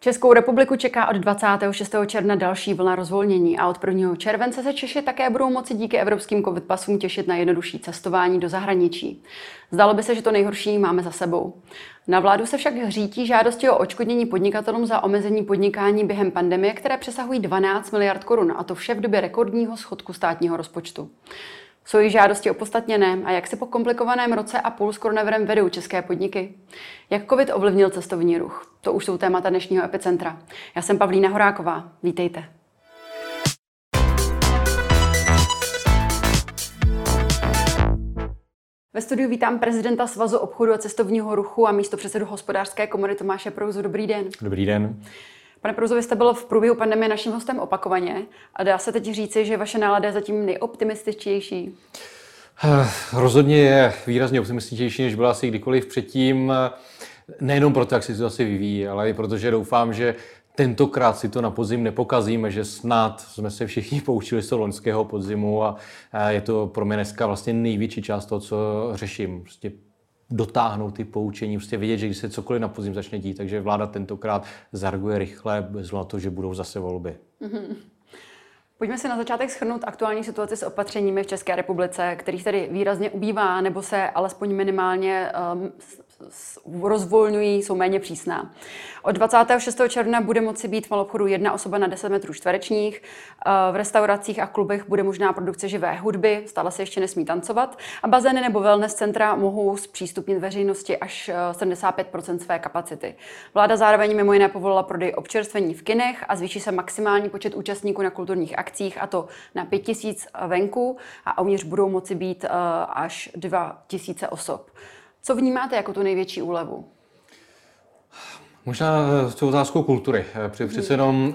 Českou republiku čeká od 26. června další vlna rozvolnění a od 1. července se Češi také budou moci díky evropským covid pasům těšit na jednodušší cestování do zahraničí. Zdalo by se, že to nejhorší máme za sebou. Na vládu se však řítí žádosti o odškodnění podnikatelům za omezení podnikání během pandemie, které přesahují 12 miliard korun, a to vše v době rekordního schodku státního rozpočtu. Jsou jejich žádosti opodstatněné a jak se po komplikovaném roce a půl s koronavirem vedou české podniky? Jak covid ovlivnil cestovní ruch? To už jsou témata dnešního Epicentra. Já jsem Pavlína Horáková. Vítejte. Ve studiu vítám prezidenta Svazu obchodu a cestovního ruchu a místopředsedu Hospodářské komory Tomáše Prouzu. Dobrý den. Dobrý den. Pane Prouzo, vy jste byl v průběhu pandemie naším hostem opakovaně a dá se teď říci, že vaše nálada je zatím nejoptimističtější? Rozhodně je výrazně optimističtější, než byla asi kdykoliv předtím. Nejenom proto, jak se situace vyvíjí, ale i protože doufám, že tentokrát si to na podzim nepokazíme, že snad jsme se všichni poučili z toho loňského podzimu a je to pro mě dneska vlastně největší část toho, co řeším. Prostě dotáhnout ty poučení, prostě vidět, že když se cokoliv na podzim začne dít, takže vláda tentokrát zareaguje rychle, bez na to, že budou zase volby. Pojďme si na začátek shrnout aktuální situaci s opatřeními v České republice, kterých tady výrazně ubývá, nebo se alespoň minimálně rozvolňují, jsou méně přísná. Od 26. června bude moci být v maloobchodu jedna osoba na 10 metrů čtverečních. V restauracích a klubech bude možná produkce živé hudby, stále se ještě nesmí tancovat. A bazény nebo wellness centra mohou zpřístupnit veřejnosti až 75% své kapacity. Vláda zároveň mimo jiné povolila prodej občerstvení v kinech a zvýší se maximální počet účastníků na kulturních akcích, a to na 5 000 venku, a uvnitř budou moci být až 2 000 osob. Co vnímáte jako tu největší úlevu? Možná tu otázkou kultury. Přece jenom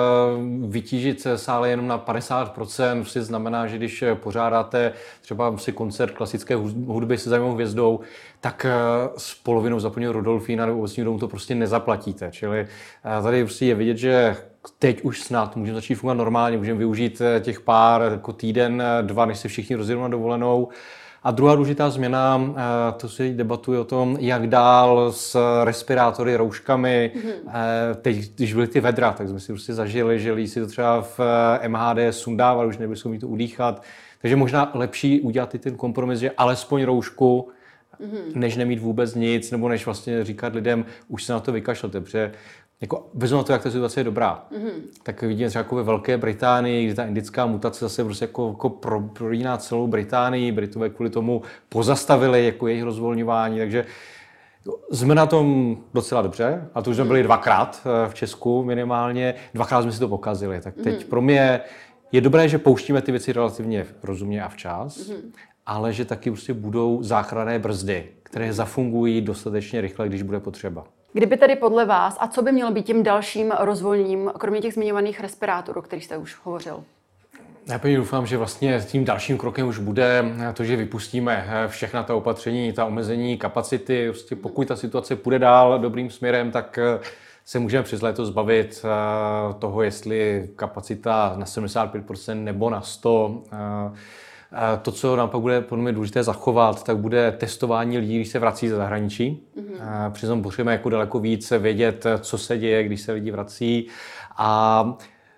vytížit sály jenom na 50% si znamená, že když pořádáte třeba si koncert klasické hudby se zajímavou hvězdou, tak s polovinou zaplněného Rudolfína nebo Ovocního domu to prostě nezaplatíte. Čili tady prostě je vidět, že teď už snad můžeme začít fungovat normálně, můžeme využít těch pár jako týden, dva, než se všichni rozjedou na dovolenou. A druhá důležitá změna, to se debatuje o tom, jak dál s respirátory, rouškami. Teď, když byly ty vedra, tak jsme si prostě zažili, že lidi si to třeba v MHD sundávali, už nebyli schopni to udýchat. Takže možná lepší udělat i ten kompromis, že alespoň roušku, než nemít vůbec nic, nebo než vlastně říkat lidem, už se na to vykašlete, protože jako vezmu na to, jak ta situace je dobrá. Tak vidíme třeba jako ve Velké Británii, kde ta indická mutace zase prostě jako prolíná celou Británii. Britové kvůli tomu pozastavili jako jejich rozvolňování, takže jsme na tom docela dobře. A to už jsme byli dvakrát v Česku minimálně. Dvakrát jsme si to pokazili. Tak teď pro mě je dobré, že pouštíme ty věci relativně rozumně a včas, ale že taky prostě budou záchranné brzdy, které zafungují dostatečně rychle, když bude potřeba. Kdyby tedy podle vás, a co by mělo být tím dalším rozvolněním, kromě těch zmiňovaných respirátorů, o kterých jste už hovořil? Já pevně doufám, že vlastně tím dalším krokem už bude to, že vypustíme všechna ta opatření, ta omezení kapacity. Prostě pokud ta situace půjde dál dobrým směrem, tak se můžeme přes léto zbavit toho, jestli kapacita na 75% nebo na 100%. To, co nám pak bude podle mě důležité zachovat, tak bude testování lidí, když se vrací ze zahraničí. Přitom potřebujeme jako daleko víc vědět, co se děje, když se lidi vrací. A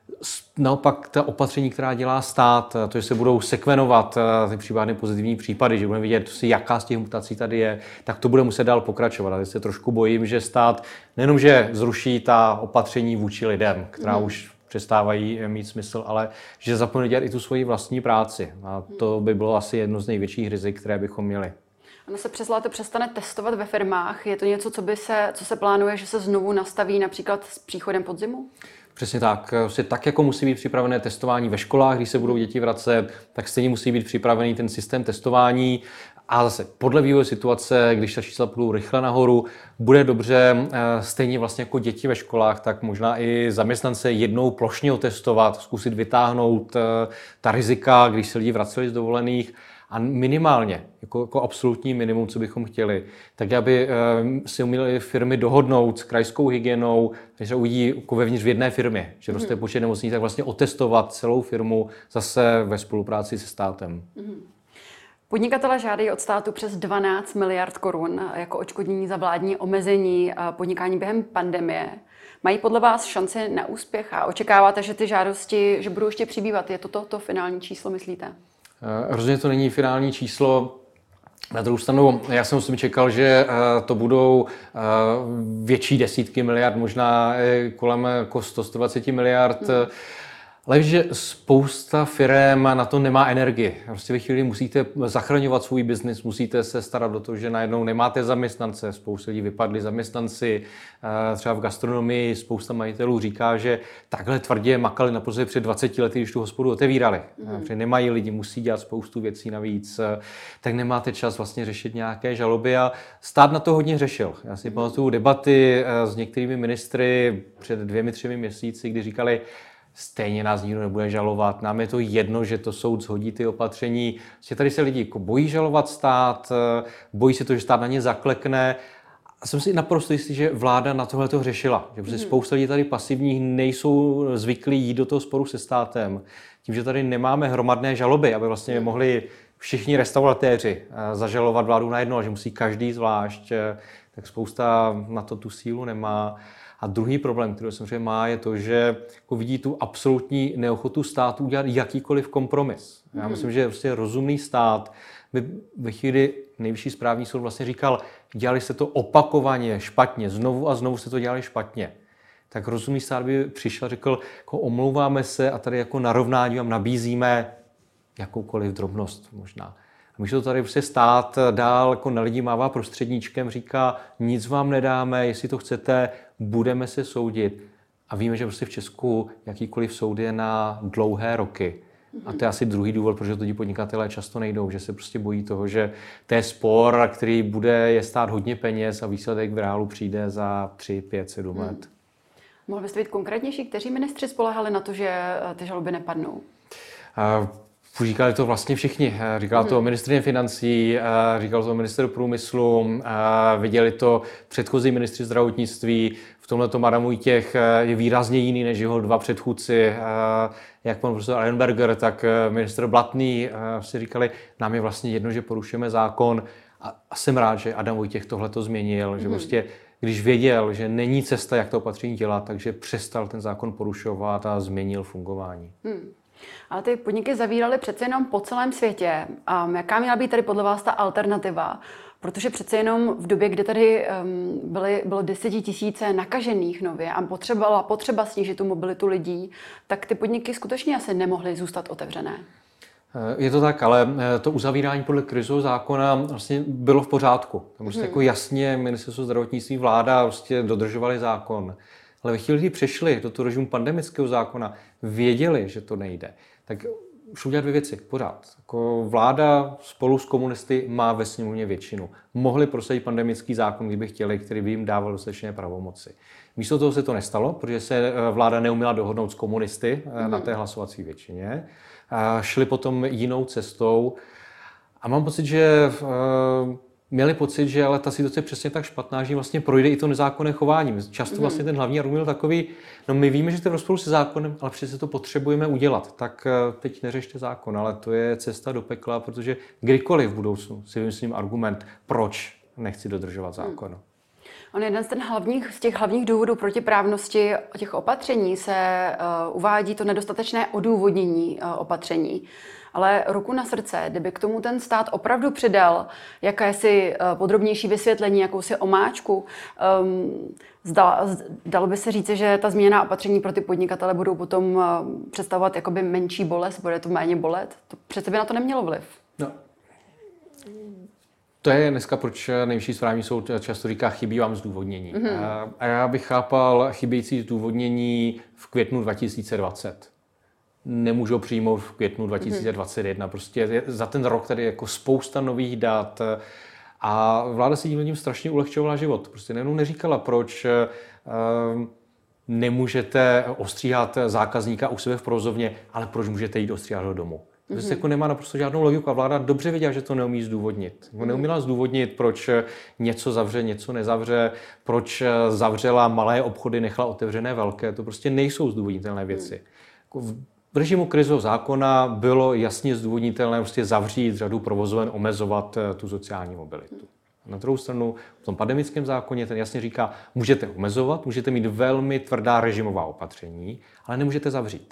naopak ta opatření, která dělá stát, to, že se budou sekvenovat ty případné pozitivní případy, že budeme vidět, jaká z těch mutací tady je, tak to bude muset dál pokračovat. A teď se trošku bojím, že stát nejenom, že zruší ta opatření vůči lidem, která už přestávají mít smysl, ale že zapomene dělat i tu svoji vlastní práci. A to by bylo asi jedno z největších rizik, které bychom měli. Ono se přes léto přestane testovat ve firmách. Je to něco, co se plánuje, že se znovu nastaví například s příchodem podzimu? Přesně tak. Tak jako musí být připravené testování ve školách, když se budou děti vracet, tak stejně musí být připravený ten systém testování. A zase podle vývoje situace, když ta čísla půjdou rychle nahoru, bude dobře stejně vlastně jako děti ve školách, tak možná i zaměstnance jednou plošně otestovat, zkusit vytáhnout ta rizika, když se lidi vraceli z dovolených. A minimálně, jako absolutní minimum, co bychom chtěli, tak aby si uměly firmy dohodnout s krajskou hygienou, takže uvidí jako vevnitř v jedné firmě, že roste počet nemocných, tak vlastně otestovat celou firmu zase ve spolupráci se státem. Podnikatelé žádají od státu přes 12 miliard korun jako odškodnění za vládní omezení podnikání během pandemie. Mají podle vás šanci na úspěch a očekáváte, že ty žádosti, že budou ještě přibývat? Je to finální číslo, myslíte? Rozhodně to není finální číslo. Na druhou stranu, já jsem si čekal, že to budou větší desítky miliard, možná kolem 100-120 miliard. Ale že spousta firem na to nemá energii. Prostě ve chvíli musíte zachraňovat svůj biznis, musíte se starat o to, že najednou nemáte zaměstnance. Spousta lidí vypadli zaměstnanci. Třeba v gastronomii spousta majitelů říká, že takhle tvrdě makali naposledy před 20 lety, když tu hospodu otevírali. Protože nemají lidi, musí dělat spoustu věcí navíc. Tak nemáte čas vlastně řešit nějaké žaloby a stát na to hodně řešil. Já si pamatuju debaty s některými ministry před 2-3 měsíci, kdy říkali, stejně nás nikdo nebude žalovat, nám je to jedno, že to soud shodí ty opatření. Tady se lidi jako bojí žalovat stát, bojí se to, že stát na ně zaklekne. A jsem si naprosto jistý, že vláda na tohle to řešila. Že prostě spousta lidí tady pasivních nejsou zvyklí jít do toho sporu se státem. Tím, že tady nemáme hromadné žaloby, aby vlastně mohli všichni restauratéři zažalovat vládu najednou, že musí každý zvlášť, tak spousta na to tu sílu nemá. A druhý problém, který samozřejmě má, je to, že jako vidí tu absolutní neochotu státu udělat jakýkoliv kompromis. Já myslím, že prostě rozumný stát by ve chvíli Nejvyšší správní soud vlastně říkal, dělali jste to opakovaně špatně, znovu a znovu jste to dělali špatně. Tak rozumný stát by přišel a řekl, jako omlouváme se a tady jako narovnání vám nabízíme jakoukoliv drobnost možná. A místo to tady prostě stát dál jako na lidi mává prostředníčkem, říká, nic vám nedáme, jestli to chcete, budeme se soudit. A víme, že prostě v Česku jakýkoliv soud je na dlouhé roky. A to je asi druhý důvod, protože ti podnikatelé často nejdou, že se prostě bojí toho, že to je spor, který bude je stát hodně peněz a výsledek v reálu přijde za 3, 5, 7 let. Mohl byste být konkrétnější, kteří ministři spoléhali na to, že ty žaloby nepadnou? Říkali to vlastně všichni. Říkal to ministryně financí, říkal to ministr průmyslu, viděli to předchozí ministři zdravotnictví. V tomhleto Adam Vojtěch je výrazně jiný než jeho dva předchůdci, jak pan profesor Arenberger, tak ministr Blatný si říkali, nám je vlastně jedno, že porušujeme zákon. A jsem rád, že Adam Vojtěch tohleto změnil, že prostě když věděl, že není cesta, jak to opatření dělat, takže přestal ten zákon porušovat a změnil fungování. Ale ty podniky zavíraly přece jenom po celém světě. Jaká měla být tady podle vás ta alternativa? Protože přece jenom v době, kdy tady bylo 10 000 nakažených nově a potřeba snížit tu mobilitu lidí, tak ty podniky skutečně asi nemohly zůstat otevřené. Je to tak, ale to uzavírání podle krizového zákona vlastně bylo v pořádku. Prostě jako jasně ministerstvo zdravotnictví, vláda prostě dodržovali zákon. Ale ve chvíli, kdy přešli do toho režimu pandemického zákona, věděli, že to nejde, tak šlo dělat 2 věci pořád. Jako vláda spolu s komunisty má ve sněmovně většinu. Mohli prosadit pandemický zákon, kdyby chtěli, který by jim dával dostatečné pravomoci. Místo toho se to nestalo, protože se vláda neuměla dohodnout s komunisty na té hlasovací většině. Šli potom jinou cestou a mám pocit, že měli pocit, že ale ta situace je přesně tak špatná, že vlastně projde i to nezákonné chování. Často vlastně ten hlavní argument takový, no my víme, že to je v rozporu se zákonem, ale přece to potřebujeme udělat. Tak teď neřešte zákon, ale to je cesta do pekla, protože kdykoliv v budoucnu si vymyslím argument, proč nechci dodržovat zákon. On jeden z těch hlavních důvodů protiprávnosti těch opatření se uvádí to nedostatečné odůvodnění opatření. Ale ruku na srdce, kdyby k tomu ten stát opravdu přidal jakési podrobnější vysvětlení, jakousi omáčku, dalo by se říci, že ta změna opatření pro ty podnikatele budou potom představovat jakoby menší bolest, bude to méně bolet? To přece by na to nemělo vliv. No. To je dneska, proč Nejvyšší správní soud často říká, chybí vám zdůvodnění. A já bych chápal chybějící zdůvodnění v květnu 2020. Nemůžou přijmout v květnu 2021. Prostě za ten rok tady jako spousta nových dat a vláda si tím strašně ulehčovala život. Prostě neříkala, proč nemůžete ostříhat zákazníka u sebe v provozovně, ale proč můžete jít ostříhat do domu. To se jako nemá naprosto žádnou logiku a vláda dobře věděla, že to neumí zdůvodnit. Neuměla zdůvodnit, proč něco zavře, něco nezavře, proč zavřela malé obchody, nechala otevřené velké. To prostě nejsou zdůvodnitelné věci. V režimu krizového zákona bylo jasně zdůvodnitelné prostě zavřít řadu provozoven, omezovat tu sociální mobilitu. Na druhou stranu v tom pandemickém zákoně ten jasně říká, můžete omezovat, můžete mít velmi tvrdá režimová opatření, ale nemůžete zavřít.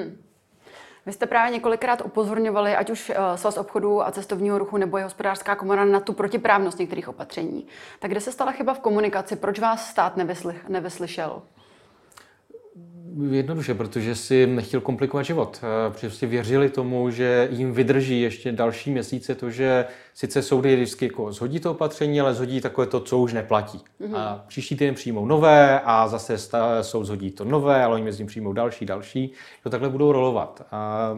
Vy jste právě několikrát upozorňovali, ať už Svaz obchodu a cestovního ruchu nebo i Hospodářská komora, na tu protiprávnost některých opatření. Tak kde se stala chyba v komunikaci? Proč vás stát nevyslyšel? Jednoduše, protože si nechtěl komplikovat život. Protože věřili tomu, že jim vydrží ještě další měsíce to, že sice soudy vždycky jako zhodí to opatření, ale zhodí takové to, co už neplatí. A příští týden přijmou nové a zase soud zhodí to nové, ale oni mezi tím přijmou další. To takhle budou rolovat. A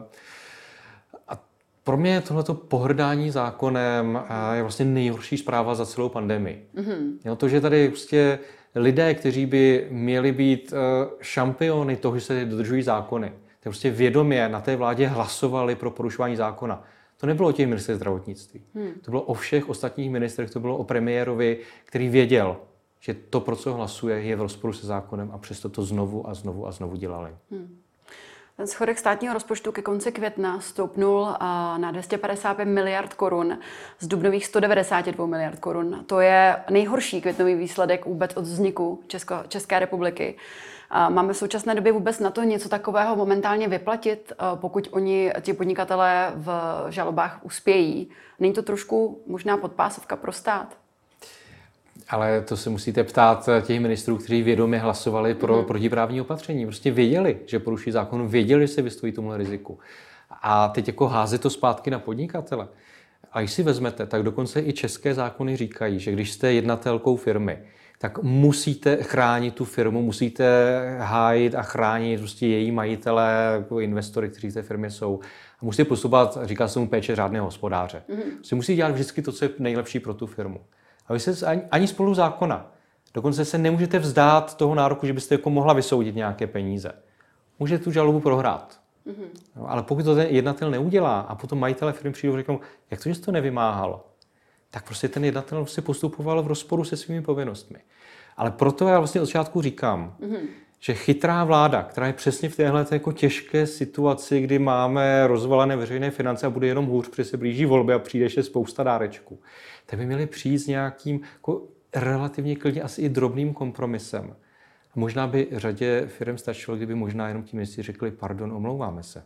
pro mě tohleto pohrdání zákonem je vlastně nejhorší zpráva za celou pandemii. To, že tady prostě lidé, kteří by měli být šampiony toho, že se dodržují zákony, tak prostě vědomě na té vládě hlasovali pro porušování zákona. To nebylo o těch ministrech zdravotnictví. To bylo o všech ostatních ministrech, to bylo o premiérovi, který věděl, že to, pro co hlasuje, je v rozporu se zákonem a přesto to znovu a znovu dělali. Ten schodek státního rozpočtu ke konci května stoupnul na 255 miliard korun z dubnových 192 miliard korun. To je nejhorší květnový výsledek vůbec od vzniku České republiky. Máme v současné době vůbec na to něco takového momentálně vyplatit, pokud ti podnikatelé v žalobách uspějí? Není to trošku možná podpásovka pro stát? Ale to se musíte ptát těch ministrů, kteří vědomě hlasovali pro protiprávní opatření. Prostě věděli, že poruší zákon, věděli, že se vystojí tomuhle riziku. A teď jako házet to zpátky na podnikatele. A když si vezmete, tak dokonce i české zákony říkají, že když jste jednatelkou firmy, tak musíte chránit tu firmu, musíte hájit a chránit prostě její majitele, jako investory, kteří v té firmě jsou. A musíte postupovat, říká se mu péče řádného hospodáře. Prostě musí dělat vždycky to, co je nejlepší pro tu firmu. A vy se ani spolu zákona. Dokonce se nemůžete vzdát toho nároku, že byste jako mohla vysoudit nějaké peníze. Můžete tu žalobu prohrát. No, ale pokud to ten jednatel neudělá a potom majitele firmy přijdou a řeknou, jak to, že jste to nevymáhal, tak prostě ten jednatel prostě postupoval v rozporu se svými povinnostmi. Ale proto já vlastně od začátku říkám, že chytrá vláda, která je přesně v téhle jako těžké situaci, kdy máme rozvalené veřejné finance a bude jenom hůř, protože se blíží volby a přijde ještě spousta dárečků, tak by měli přijít s nějakým jako relativně klidně asi i drobným kompromisem. A možná by řadě firm stačilo, kdyby možná jenom ti ministři řekli, pardon, omlouváme se.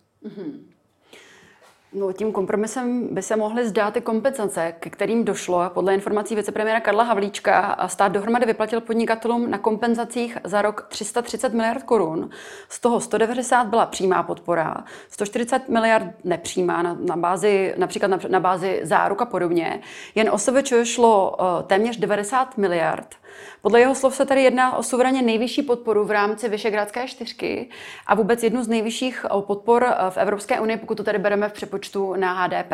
No, tím kompromisem by se mohly zdát i kompenzace, ke kterým došlo. Podle informací vicepremiéra Karla Havlíčka stát dohromady vyplatil podnikatelům na kompenzacích za rok 330 miliard korun. Z toho 190 byla přímá podpora, 140 miliard nepřímá, například na bázi záruk a podobně. Jen OSVČ šlo téměř 90 miliard. Podle jeho slov se tady jedná o suverénně nejvyšší podporu v rámci Visegrádské čtyřky a vůbec jednu z nejvyšších podpor v Evropské unii, pokud to tady bereme v přepočtu na HDP.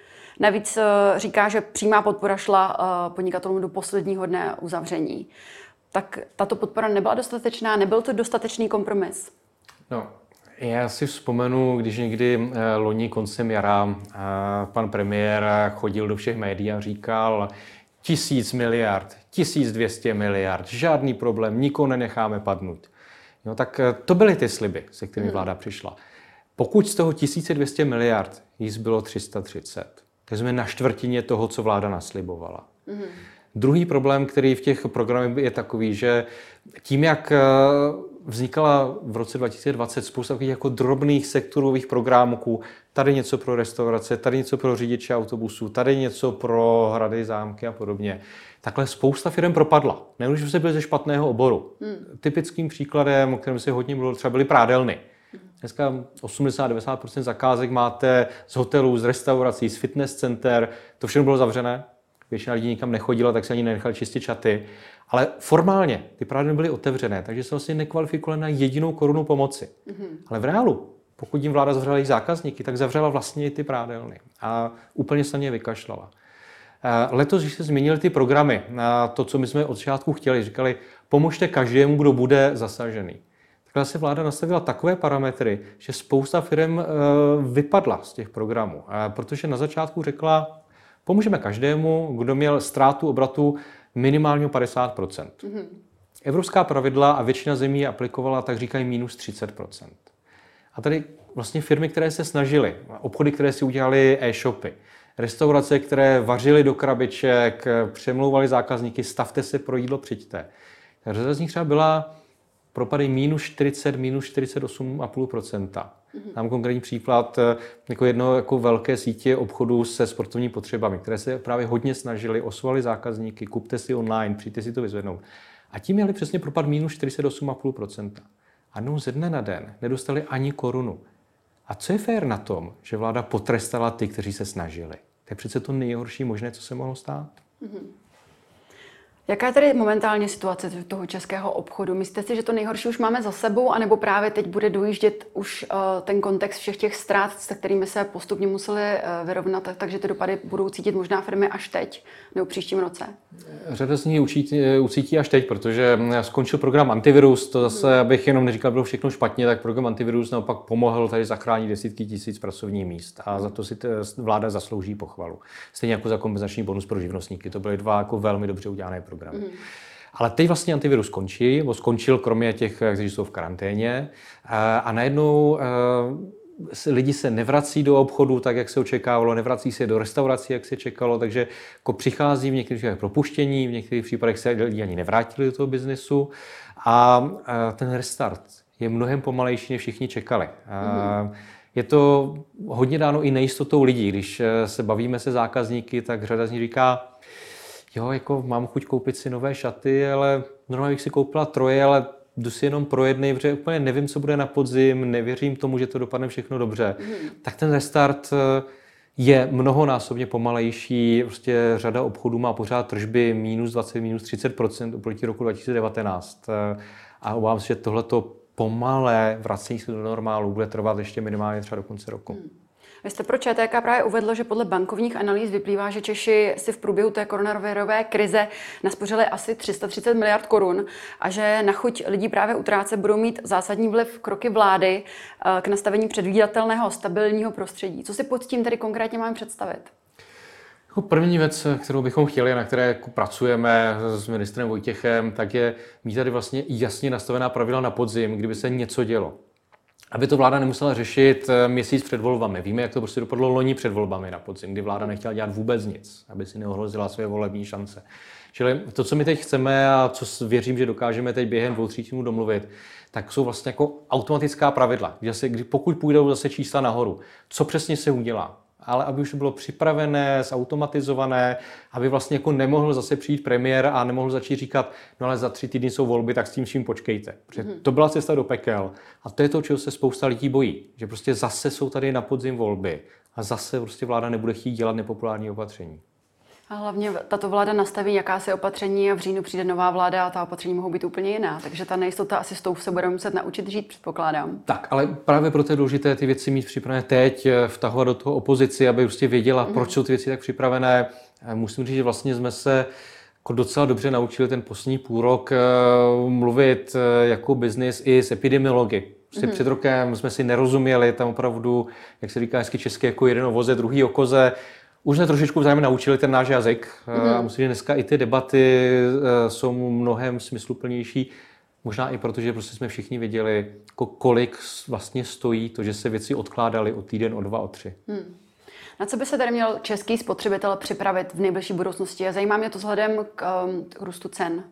Navíc říká, že přímá podpora šla podnikatelům do posledního dne uzavření. Tak tato podpora nebyla dostatečná, nebyl to dostatečný kompromis? No, já si vzpomenu, když někdy loni koncem jara pan premiér chodil do všech médií a říkal 1000 miliard, 1200 miliard, žádný problém, nikoho nenecháme padnout. No, tak to byly ty sliby, se kterými vláda přišla. Pokud z toho 1200 miliard jí zbylo 330, tak jsme na čtvrtině toho, co vláda naslibovala. Druhý problém, který v těch programech je takový, že tím, jak vznikala v roce 2020 spousta takových jako drobných sektorových programů, tady něco pro restaurace, tady něco pro řidiče autobusů, tady něco pro hrady, zámky a podobně. Takhle spousta firm propadla. Nejenom, že se byly ze špatného oboru. Typickým příkladem, o kterém se hodně mluvilo, třeba byly prádelny. Dneska 80-90% zakázek máte z hotelů, z restaurací, z fitness center. To všechno bylo zavřené. Většina lidí nikam nechodila, tak se ani nenechali čistit šaty. Ale formálně ty prádelny byly otevřené, takže se vlastně nekvalifikovali na jedinou korunu pomoci. Ale v reálu, pokud jim vláda zavřela jejich zákazníky, tak zavřela vlastně i ty prádelny. A úplně se na ně vykašlala. Letos, když se změnily ty programy na to, co my jsme od začátku chtěli, říkali, pomožte každému, kdo bude zasažený. Takhle se vláda nastavila takové parametry, že spousta firm vypadla z těch programů, protože na začátku řekla, pomůžeme každému, kdo měl ztrátu obratu minimálně 50%. Evropská pravidla a většina zemí je aplikovala, tak říkají minus 30%. A tady vlastně firmy, které se snažily, obchody, které si udělali e-shopy, Restaurace, které vařily do krabiček, přemlouvaly zákazníky, stavte se pro jídlo, přijďte. Řada z nich třeba byla propady -40, -48,5%. Mám konkrétní příklad jako jedno jako velké sítě obchodů se sportovními potřebami, které se právě hodně snažili, oslovali zákazníky, kupte si online, přijďte si to vyzvednout. A tím měli přesně propad -48,5%. A no ze dne na den nedostali ani korunu. A co je fér na tom, že vláda potrestala ty, kteří se snažili? To je přece to nejhorší možné, co se mohlo stát. Jaká je tedy momentálně situace toho českého obchodu? Myslíte si, že to nejhorší už máme za sebou, anebo právě teď bude dojíždět už ten kontext všech těch ztrát, se kterými se postupně museli vyrovnat, takže ty dopady budou cítit možná firmy až teď, nebo příštím roce? Řada z nich ucítí až teď, protože skončil program Antivirus, to zase, abych jenom neříkal, bylo všechno špatně, tak program Antivirus naopak pomohl tady zachránit desítky tisíc pracovních míst a za to si vláda zaslouží pochvalu. Stejně jako za kompenzační bonus pro živnostníky, to byly dva jako velmi dobře udělané programy. Ale teď vlastně Antivirus skončil kromě těch, kteří jsou v karanténě a najednou lidi se nevrací do obchodu tak, jak se očekávalo, nevrací se do restaurací, jak se čekalo, takže jako přichází v některých případech propuštění, v některých případech se lidi ani nevrátili do toho biznesu a ten restart je mnohem pomalejší, než všichni čekali. Je to hodně dáno i nejistotou lidí. Když se bavíme se zákazníky, tak řada z nich říká, jo, jako mám chuť koupit si nové šaty, ale normálně bych si koupila 3, ale jdu si jenom pro jedny, protože úplně nevím, co bude na podzim, nevěřím tomu, že to dopadne všechno dobře. Tak ten restart je mnohonásobně pomalejší. Prostě řada obchodů má pořád tržby -20, -30% oproti roku 2019. A obávám se, že tohleto pomalé vracení se do normálu bude trvat ještě minimálně třeba do konce roku. Vy jste pro ČTK právě uvedlo, že podle bankovních analýz vyplývá, že Češi si v průběhu té koronavirové krize naspořili asi 330 miliard korun a že na chuť lidí právě utrácet budou mít zásadní vliv kroky vlády k nastavení předvídatelného stabilního prostředí. Co si pod tím tedy konkrétně máme představit? Jako první věc, kterou bychom chtěli, na které jako pracujeme s ministrem Vojtěchem, tak je mít tady vlastně jasně nastavená pravidla na podzim, kdyby se něco dělo. Aby to vláda nemusela řešit měsíc před volbami. Víme, jak to prostě dopadlo loni před volbami na podzim, kdy vláda nechtěla dělat vůbec nic, aby si neohrozila své volební šance. Čili to, co my teď chceme a co věřím, že dokážeme teď během 2-3 týdnů domluvit, tak jsou vlastně jako automatická pravidla. Pokud půjdou zase čísla nahoru, co přesně se udělá, ale aby už to bylo připravené, zautomatizované, aby vlastně jako nemohl zase přijít premiér a nemohl začít říkat, no ale za 3 týdny jsou volby, tak s tím vším počkejte. Protože to byla cesta do pekel a to je to, čeho se spousta lidí bojí, že prostě zase jsou tady na podzim volby a zase prostě vláda nebude chtít dělat nepopulární opatření. A hlavně tato vláda nastaví jakási opatření a v říjnu přijde nová vláda a ta opatření mohou být úplně jiná. Takže ta nejistota asi s tou se budeme muset naučit žít, předpokládám. Tak, ale právě proto je důležité ty věci mít připravené teď, vtahovat do toho opozici, aby prostě věděla, proč jsou ty věci tak připravené. Musím říct, že vlastně jsme se jako docela dobře naučili ten poslední půlrok mluvit jako biznis i s epidemiology. Prostě před rokem jsme si nerozuměli, tam opravdu, jak se říká hezky česky, jako jeden o voze, druhý o koze. Už jsme trošičku vzájemně naučili ten náš jazyk a musím, že dneska i ty debaty jsou mnohem smysluplnější. Možná i proto, že prostě jsme všichni věděli, kolik vlastně stojí to, že se věci odkládaly o týden, o 2, o 3. Na co by se tady měl český spotřebitel připravit v nejbližší budoucnosti? Zajímá mě to vzhledem k růstu cen.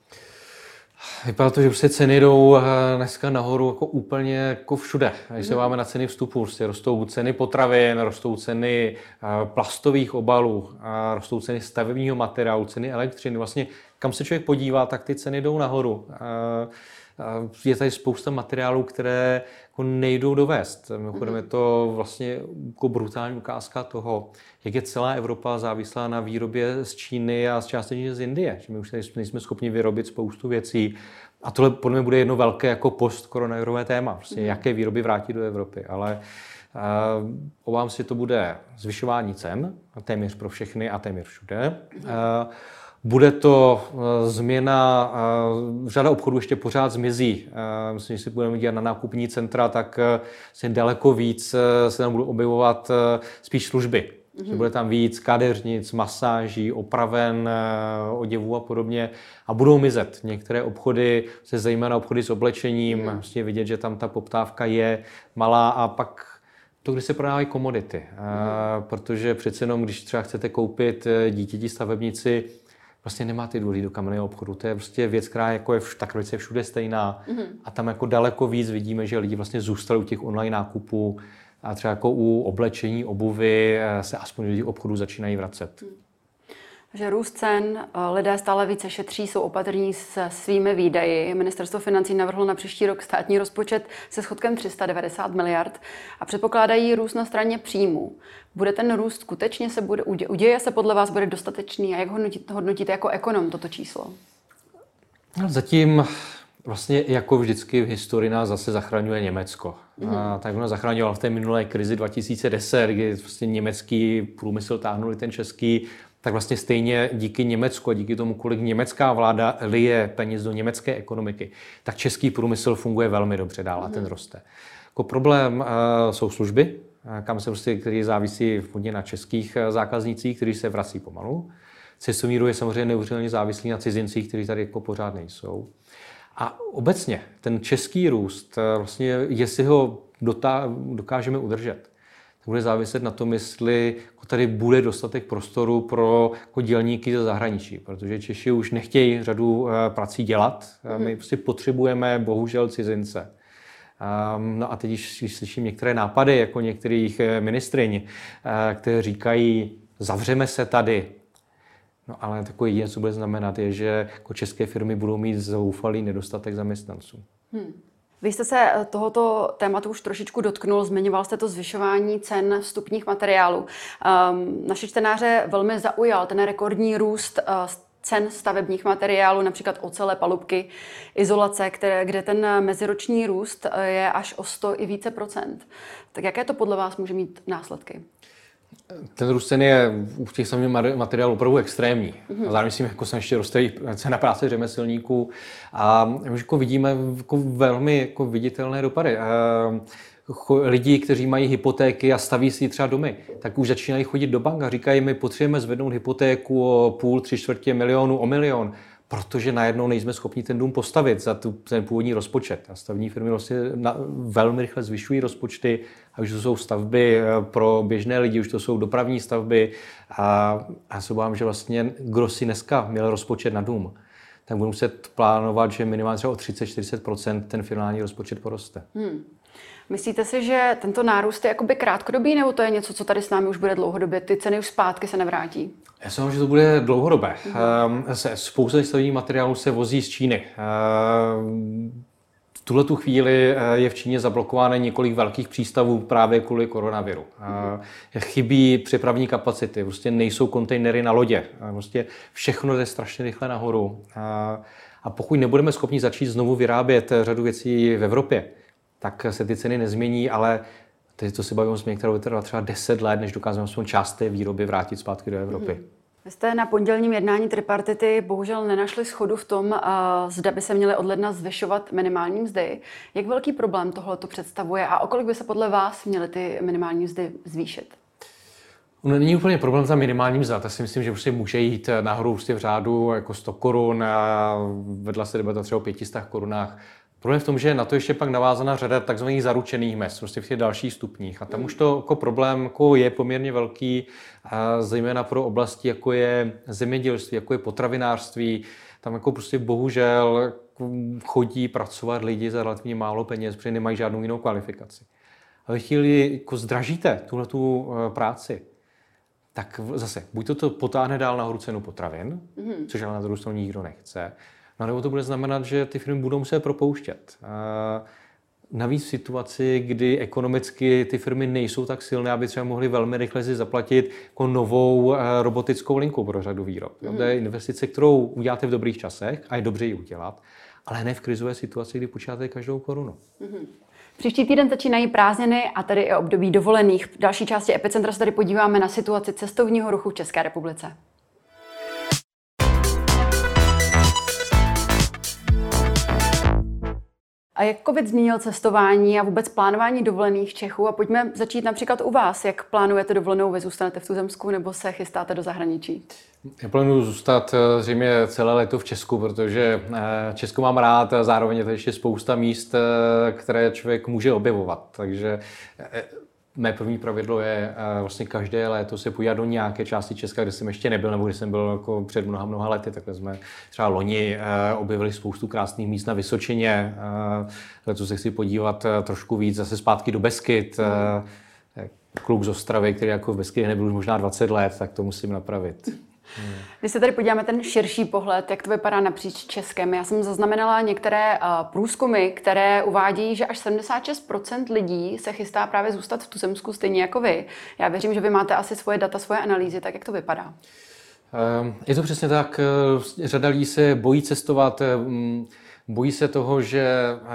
Vypadá to, že prostě ceny jdou dneska nahoru jako úplně jako všude. Když se máme na ceny vstupu, prostě rostou ceny potravin, rostou ceny plastových obalů, rostou ceny stavebního materiálu, ceny elektřiny. Vlastně kam se člověk podívá, tak ty ceny jdou nahoru. Je tady spousta materiálů, které jako nejdou dovést. Mimochodem je to vlastně jako brutální ukázka toho, jak je celá Evropa závislá na výrobě z Číny a částečně z Indie. Že my už nejsme schopni vyrobit spoustu věcí. A tohle podle mě bude jedno velké jako postkoronavirové téma. Prostě jaké výroby vrátit do Evropy. Ale obávám se, že to bude zvyšování cen, téměř pro všechny a téměř všude. Bude to změna, řada obchodů ještě pořád zmizí. Myslím, že si budeme dělat na nákupní centra, tak se daleko víc se tam budou objevovat spíš služby. Že bude tam víc kadeřnic, masáží, opraven, oděvů a podobně. A budou mizet některé obchody, zejména obchody s oblečením. Vlastně vidět, že tam ta poptávka je malá a pak To, když se prodávají komodity, protože přece jenom, když třeba chcete koupit dítěti stavebnici, vlastně nemáte jít do kamenného obchodu. To je prostě věc, která jako je všude stejná. A tam jako daleko víc vidíme, že lidi vlastně zůstali u těch online nákupů a třeba jako u oblečení, obuvy se aspoň lidi obchodu začínají vracet. Že růst cen, lidé stále více šetří, jsou opatrní se svými výdaji. Ministerstvo financí navrhlo na příští rok státní rozpočet se schodkem 390 miliard a předpokládají růst na straně příjmů. Bude ten růst skutečně uděje se podle vás bude dostatečný a jak hodnotíte jako ekonom toto číslo? No, zatím vlastně jako vždycky v historii nás zase zachraňuje Německo. A tak ono zachraňovalo v té minulé krizi 2010, kdy vlastně německý průmysl táhnuli ten český, tak vlastně stejně díky Německu a díky tomu, kolik německá vláda lije peněz do německé ekonomiky, tak český průmysl funguje velmi dobře dál a ten roste. Jako problém jsou služby, kam se prostě, který závisí hodně na českých zákaznících, kteří se vrací pomalu. Cestovní ruch je samozřejmě neuvěřitelně závislý na cizincích, kteří tady jako pořád nejsou. A obecně ten český růst, vlastně, jestli ho dokážeme udržet, tak bude záviset na tom, jestli tady bude dostatek prostoru pro jako dělníky ze zahraničí, protože Češi už nechtějí řadu prací dělat. My prostě potřebujeme bohužel cizince. No a teď, když slyším některé nápady, jako některých ministryň, které říkají, zavřeme se tady. No ale takové jediné, co bude znamenat, je, že jako české firmy budou mít zoufalý nedostatek zaměstnanců. Vy jste se tohoto tématu už trošičku dotknul, zmiňoval jste to zvyšování cen vstupních materiálů. Naše čtenáře velmi zaujal ten rekordní růst cen stavebních materiálů, například ocele, palubky, izolace, kde ten meziroční růst je až o 100 i více procent. Tak jaké to podle vás může mít následky? Ten růst cen je u těch samých materiálů opravdu extrémní. A zároveň si jako se ještě roste cena práce řemeslníků a už jako vidíme jako velmi jako viditelné dopady. Lidi, kteří mají hypotéky a staví si třeba domy, tak už začínají chodit do bank a říkají, my potřebujeme zvednout hypotéku o půl, 3/4 milionu, o milion, protože najednou nejsme schopni ten dům postavit za ten původní rozpočet. A stavní firmy vlastně velmi rychle zvyšují rozpočty, a už to jsou stavby pro běžné lidi, už to jsou dopravní stavby. A já se obávám, že vlastně kdo si dneska měl rozpočet na dům, tak bude muset plánovat, že minimálně třeba o 30-40% ten finální rozpočet poroste. Myslíte si, že tento nárůst je jakoby krátkodobý, nebo to je něco, co tady s námi už bude dlouhodobě? Ty ceny už zpátky se nevrátí? Já si myslím, že to bude dlouhodobé. Spousta stavebních materiálů se vozí z Číny. V tuhletu chvíli je v Číně zablokováno několik velkých přístavů právě kvůli koronaviru. Chybí přepravní kapacity, prostě nejsou kontejnery na lodě. Prostě všechno jde strašně rychle nahoru. A pokud nebudeme schopni začít znovu vyrábět řadu věcí v Evropě, tak se ty ceny nezmění, ale teď to si bavíme o změně, která bude trvat třeba 10 let, než dokážeme aspoň část té výroby vrátit zpátky do Evropy. Vy jste na pondělním jednání tripartity bohužel nenašli shodu v tom, zda by se měly od ledna zvyšovat minimální mzdy. Jak velký problém tohle to představuje a o kolik by se podle vás měly ty minimální mzdy zvýšit? Není úplně problém za minimální mzda, tak si myslím, že prostě může jít nahoru v řádu jako 100 korun a vedla se debata třeba o 500 korunách. Problém v tom, že na to ještě pak navázaná řada takzvaných zaručených mezd, prostě v těch dalších stupních. A tam už to jako problém jako je poměrně velký, zejména pro oblasti, jako je zemědělství, jako je potravinářství. Tam jako prostě bohužel chodí pracovat lidi za relativně málo peněz, protože nemají žádnou jinou kvalifikaci. A když jako zdražíte tuhletu práci, tak zase buď to potáhne dál nahoru cenu potravin, což ale na druhou stranu nikdo nechce, no nebo to bude znamenat, že ty firmy budou muset propouštět. Navíc v situaci, kdy ekonomicky ty firmy nejsou tak silné, aby třeba mohly velmi rychle si zaplatit jako novou robotickou linku pro řadu výrob. To je investice, kterou uděláte v dobrých časech a je dobře ji udělat, ale ne v krizové situaci, kdy počítáte každou korunu. Příští týden začínají prázdniny a tedy i období dovolených. V další části Epicentra se tady podíváme na situaci cestovního ruchu v České republice. A jak COVID změnil cestování a vůbec plánování dovolených Čechů? A pojďme začít například u vás. Jak plánujete dovolenou? Vy zůstanete v tuzemsku nebo se chystáte do zahraničí? Já plánuju zůstat zřejmě celé léto v Česku, protože Česko mám rád a zároveň je to ještě spousta míst, které člověk může objevovat. Takže mé první pravidlo je vlastně každé léto se podívat do nějaké části Česka, kde jsem ještě nebyl, nebo kde jsem byl jako před mnoha lety. Takhle jsme třeba loni objevili spoustu krásných míst na Vysočině. Letos se chci podívat trošku víc zase zpátky do Beskyd. Kluk z Ostravy, který jako v Beskydech nebyl už možná 20 let, tak to musím napravit. Když se tady podíváme ten širší pohled, jak to vypadá napříč Českem, já jsem zaznamenala některé průzkumy, které uvádějí, že až 76% lidí se chystá právě zůstat v tuzemsku stejně jako vy. Já věřím, že vy máte asi svoje data, svoje analýzy, tak jak to vypadá? Je to přesně tak. Řada lidí se bojí cestovat, bojí se toho, že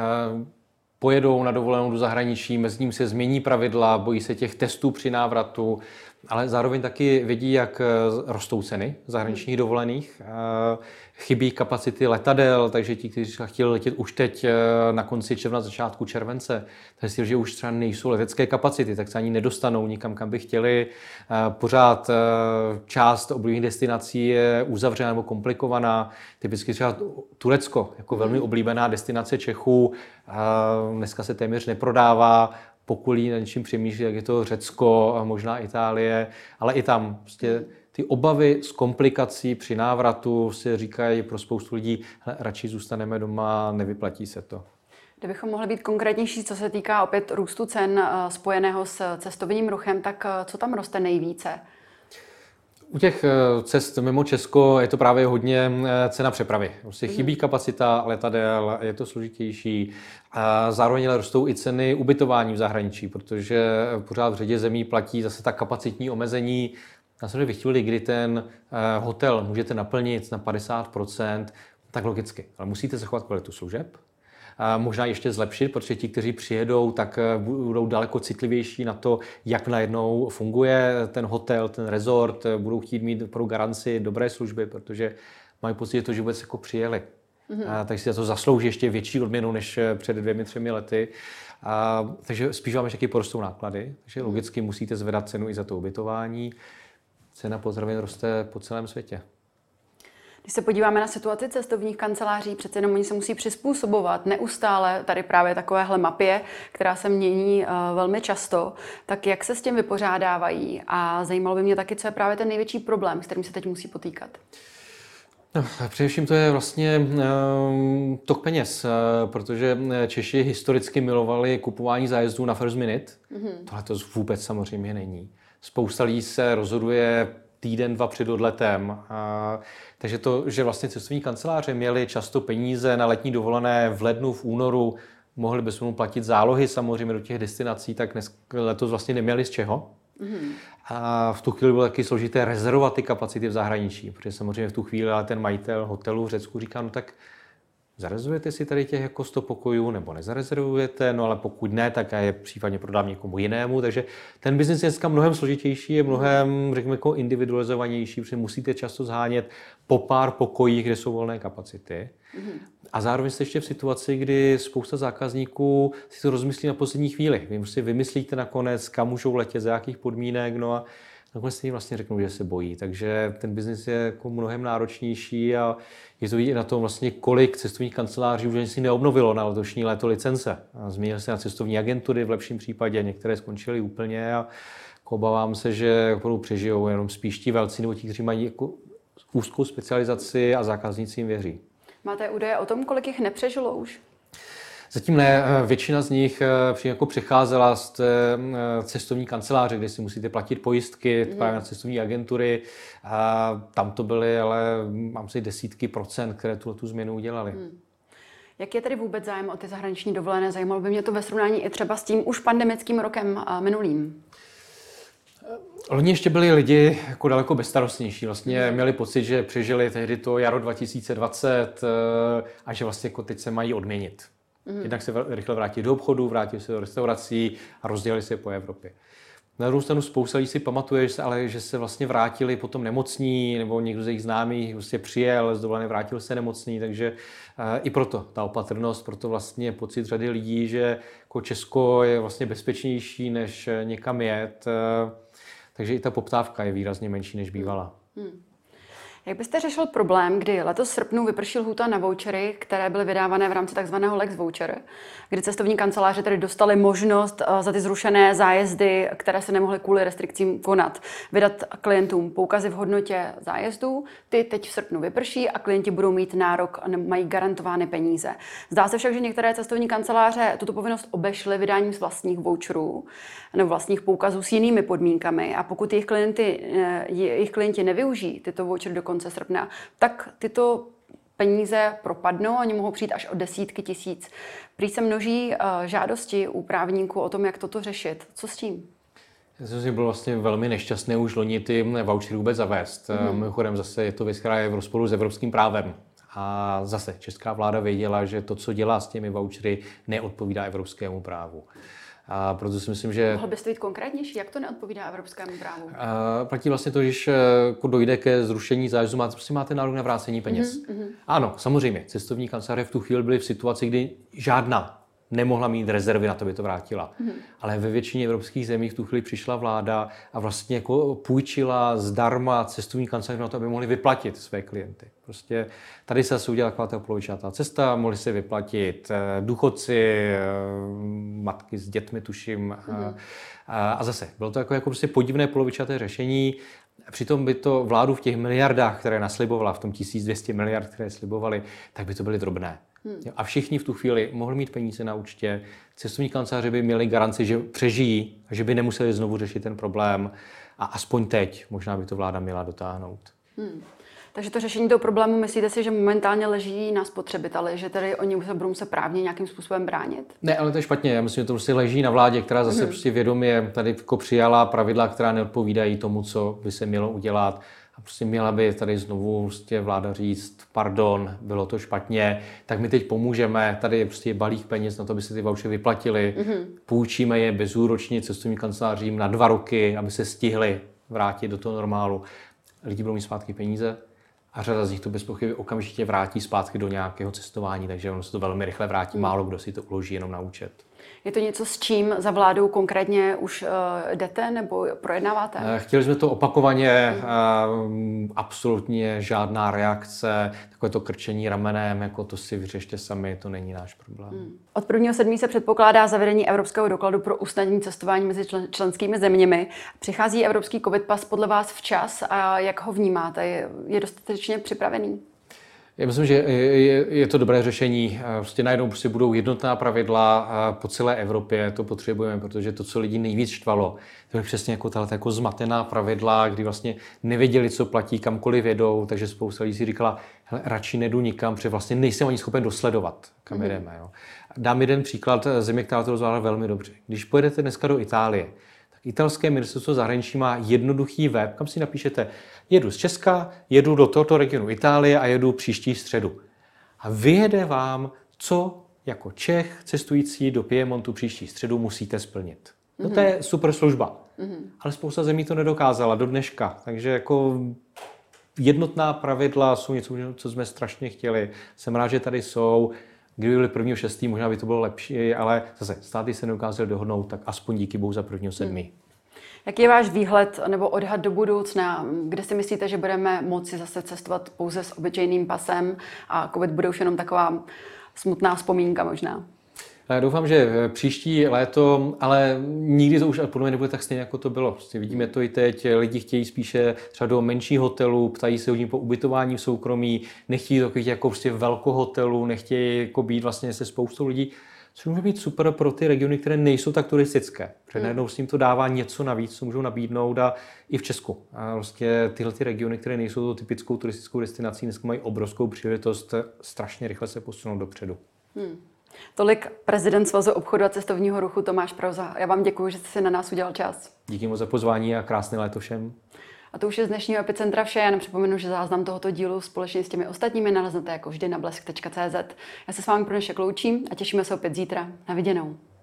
pojedou na dovolenou do zahraničí, mezi ním se změní pravidla, bojí se těch testů při návratu, ale zároveň taky vidí, jak rostou ceny zahraničních dovolených. Chybí kapacity letadel, takže ti, kteří chtěli letět už teď na konci června, začátku července, tak si, že už třeba nejsou letecké kapacity, tak se ani nedostanou nikam, kam by chtěli. Pořád část oblíbených destinací je uzavřená nebo komplikovaná. Typicky třeba Turecko, jako velmi oblíbená destinace Čechů, dneska se téměř neprodává. Pokud na něčím přemýšlí, jak je to Řecko a možná Itálie, ale i tam prostě ty obavy z komplikací při návratu si říkají pro spoustu lidí, radši zůstaneme doma, nevyplatí se to. Kdybychom mohli být konkrétnější, co se týká opět růstu cen spojeného s cestovním ruchem, tak co tam roste nejvíce? U těch cest mimo Česko je to právě hodně cena přepravy. Prostě chybí kapacita letadel, je to složitější. A zároveň ale rostou i ceny ubytování v zahraničí, protože pořád v řadě zemí platí zase ta kapacitní omezení. Na samozřejmě ve chvíli, kdy ten hotel můžete naplnit na 50%, tak logicky. Ale musíte zachovat kvalitu služeb. Možná ještě zlepšit, protože ti, kteří přijedou, tak budou daleko citlivější na to, jak najednou funguje ten hotel, ten resort, budou chtít mít pro garanci dobré služby, protože mají pocit, že vůbec jako přijeli. Takže si za to zaslouží ještě větší odměnu než před 2-3 lety. Takže spíš vám ještě porostou náklady, takže logicky musíte zvedat cenu i za to ubytování. Cena potravin roste po celém světě. Když se podíváme na situaci cestovních kanceláří, přece jenom oni se musí přizpůsobovat neustále tady právě takovéhle mapě, která se mění velmi často. Tak jak se s tím vypořádávají? A zajímalo by mě taky, co je právě ten největší problém, s kterým se teď musí potýkat. No, především to je vlastně tok peněz, protože Češi historicky milovali kupování zájezdů na first minute. Tohle to vůbec samozřejmě není. Spousta lidí se rozhoduje týden, 2 před odletem. Takže to, že vlastně cestovní kanceláře měli často peníze na letní dovolené v lednu, v únoru, mohli bychom platit zálohy samozřejmě do těch destinací, tak letos vlastně neměli z čeho. A v tu chvíli bylo taky složité rezervovat ty kapacity v zahraničí, protože samozřejmě v tu chvíli ale ten majitel hotelu v Řecku říká, no tak zarezervujete si tady těch jako 100 pokojů nebo nezarezervujete, no ale pokud ne, tak já je případně prodám někomu jinému, takže ten biznis je dneska mnohem složitější, je mnohem, řekněme, jako individualizovanější, protože musíte často zhánět po pár pokojích, kde jsou volné kapacity. A zároveň jste ještě v situaci, kdy spousta zákazníků si to rozmyslí na poslední chvíli. Vy prostě vymyslíte nakonec, kam můžou letět, za jakých podmínek, no a nakonec si vlastně řeknou, že se bojí. Takže ten biznis je jako mnohem náročnější a je to vidět na tom vlastně, kolik cestovních kanceláří už si neobnovilo na letošní léto licence. Změnili se na cestovní agentury v lepším případě, některé skončily úplně a obávám se, že opravdu přežijou jenom spíš ti velcí nebo ti, kteří mají jako úzkou specializaci a zákazníci jim věří. Máte údaje o tom, kolik jich nepřežilo už? Zatím ne. Většina z nich jako přecházela z cestovní kanceláře, kde si musíte platit pojistky, právě na cestovní agentury. A tam to byly, ale mám si desítky procent, které tu změnu udělali. Jak je tedy vůbec zájem o ty zahraniční dovolené? Zajímalo by mě to ve srovnání i třeba s tím už pandemickým rokem minulým. Loni ještě byli lidi jako daleko bezstarostnější. Vlastně měli pocit, že přežili tehdy to jaro 2020 a že vlastně jako teď se mají odměnit. Jednak se rychle vrátili do obchodu, vrátili se do restaurací a rozdělili se po Evropě. Na druhou stranu spousta lidí si pamatuje, že se vlastně vrátili potom nemocní, nebo někdo z jejich známých vlastně přijel z dovolené, vrátil se nemocný, takže i proto ta opatrnost, proto vlastně pocit řady lidí, že jako Česko je vlastně bezpečnější, než někam jet, takže i ta poptávka je výrazně menší, než bývala. Jak byste řešil problém, kdy letos v srpnu vyprší lhůta na vouchery, které byly vydávané v rámci takzvaného Lex Voucher, kdy cestovní kanceláře tedy dostaly možnost za ty zrušené zájezdy, které se nemohly kvůli restrikcím konat, vydat klientům poukazy v hodnotě zájezdů. Ty teď v srpnu vyprší a klienti budou mít nárok, mají garantovány peníze. Zdá se však, že některé cestovní kanceláře tuto povinnost obešly vydáním z vlastních voucherů nebo vlastních poukazů s jinými podmínkami a pokud jejich klienti nevyužijí tyto vouchery do konce srpna, tak tyto peníze propadnou, oni mohou přijít až o desítky tisíc. Prý se množí žádosti u právníků o tom, jak toto řešit. Co s tím? Já jsem si byl vlastně velmi nešťastný už loni ty vouchery vůbec zavést. Mimochodem zase je to věc, která je v rozporu s evropským právem. A zase česká vláda věděla, že to, co dělá s těmi vouchery, neodpovídá evropskému právu. A proto si myslím, že... Mohl byste být konkrétnější, jak to neodpovídá evropskému právu? Platí vlastně to, když dojde ke zrušení zájezdu, máte nárok na vrácení peněz. Ano, samozřejmě, cestovní kanceláře v tu chvíli byly v situaci, kdy žádná nemohla mít rezervy na to, by to vrátila. Ale ve většině evropských zemí v tu chvíli přišla vláda a vlastně jako půjčila zdarma cestovní kanceláře na to, aby mohli vyplatit své klienty. Prostě tady se udělala taková ta polovičátá cesta, mohli se vyplatit důchodci, matky s dětmi, tuším. A zase, bylo to jako prostě podivné polovičaté řešení. Přitom by to vládu v těch miliardách, které naslibovala, v tom 1200 miliard, které slibovali, tak by to byly drobné. A všichni v tu chvíli mohli mít peníze na účtě, cestovní kanceláře by měli garanci, že přežijí, že by nemuseli znovu řešit ten problém a aspoň teď možná by to vláda měla dotáhnout. Takže to řešení toho problému, myslíte si, že momentálně leží na spotřebiteli, že tedy oni se budou právně nějakým způsobem bránit? Ne, ale to je špatně. Já myslím, že to prostě leží na vládě, která zase prostě vědomě tady jako přijala pravidla, která neodpovídají tomu, co by se mělo udělat. A prostě měla by tady znovu prostě vláda říct, pardon, bylo to špatně, tak my teď pomůžeme, tady je prostě balík peněz na to, aby se ty vouchery vyplatili, půjčíme je bezúročně cestovním kancelářím na 2 roky, aby se stihli vrátit do toho normálu. Lidi budou mít zpátky peníze a řada z nich to bez pochyby okamžitě vrátí zpátky do nějakého cestování, takže ono se to velmi rychle vrátí, málo kdo si to uloží jenom na účet. Je to něco, s čím za vládou konkrétně už jdete nebo projednáváte? Chtěli jsme to opakovaně, absolutně žádná reakce, takové to krčení ramenem, jako to si vyřešte sami, to není náš problém. Od 1.7. se předpokládá zavedení evropského dokladu pro usnadnění cestování mezi členskými zeměmi. Přichází evropský covid pas podle vás včas a jak ho vnímáte? Je dostatečně připravený? Já myslím, že je to dobré řešení. Prostě najednou prostě budou jednotná pravidla po celé Evropě, to potřebujeme, protože to, co lidi nejvíc štvalo, to je přesně jako tahle jako zmatená pravidla, kdy vlastně nevěděli, co platí, kamkoliv jedou, takže spousta lidí si říkala, hele, radši nedu nikam, protože vlastně nejsem ani schopen dosledovat, kam jedeme. Jo. Dám jeden příklad země, která to zvládla velmi dobře. Když pojedete dneska do Itálie, italské ministerstvo zahraničí má jednoduchý web, kam si napíšete, jedu z Česka, jedu do tohoto regionu Itálie a jedu příští středu. A vyjede vám, co jako Čech cestující do Piemontu příští středu musíte splnit. No to je super služba. Ale spousta zemí to nedokázala do dneška. Takže jako jednotná pravidla jsou něco, co jsme strašně chtěli. Jsem rád, že tady jsou. Kdyby byli 1.6., možná by to bylo lepší, ale zase státy se nedokázaly dohodnout, tak aspoň díky bohu za 1.7. Jaký je váš výhled nebo odhad do budoucna? Kde si myslíte, že budeme moci zase cestovat pouze s obyčejným pasem a covid bude už jenom taková smutná vzpomínka možná? Já doufám, že příští léto, ale nikdy to už podle mě nebude tak stejně, jako to bylo. Prostě vidíme to i teď, lidi chtějí spíše třeba do menších hotelů, ptají se hodně po ubytování v soukromí, nechtějí takových jako prostě velkohotelů, nechtějí jako být vlastně se spoustou lidí, což může být super pro ty regiony, které nejsou tak turistické. Protože najednou s ním to dává něco navíc, co můžou nabídnout a i v Česku. A vlastně tyhle ty regiony, které nejsou typickou turistickou destinací, dneska mají obrovskou příležitost strašně rychle se posunout dopředu. Tolik prezident Svazu obchodu a cestovního ruchu Tomáš Prouza. Já vám děkuji, že jste si na nás udělal čas. Díky moc za pozvání a krásné léto všem. A to už je z dnešního Epicentra vše. Já připomenu, že záznam tohoto dílu společně s těmi ostatními naleznete jako vždy na blesk.cz. Já se s vámi pro dnešek loučím a těšíme se opět zítra. Na viděnou.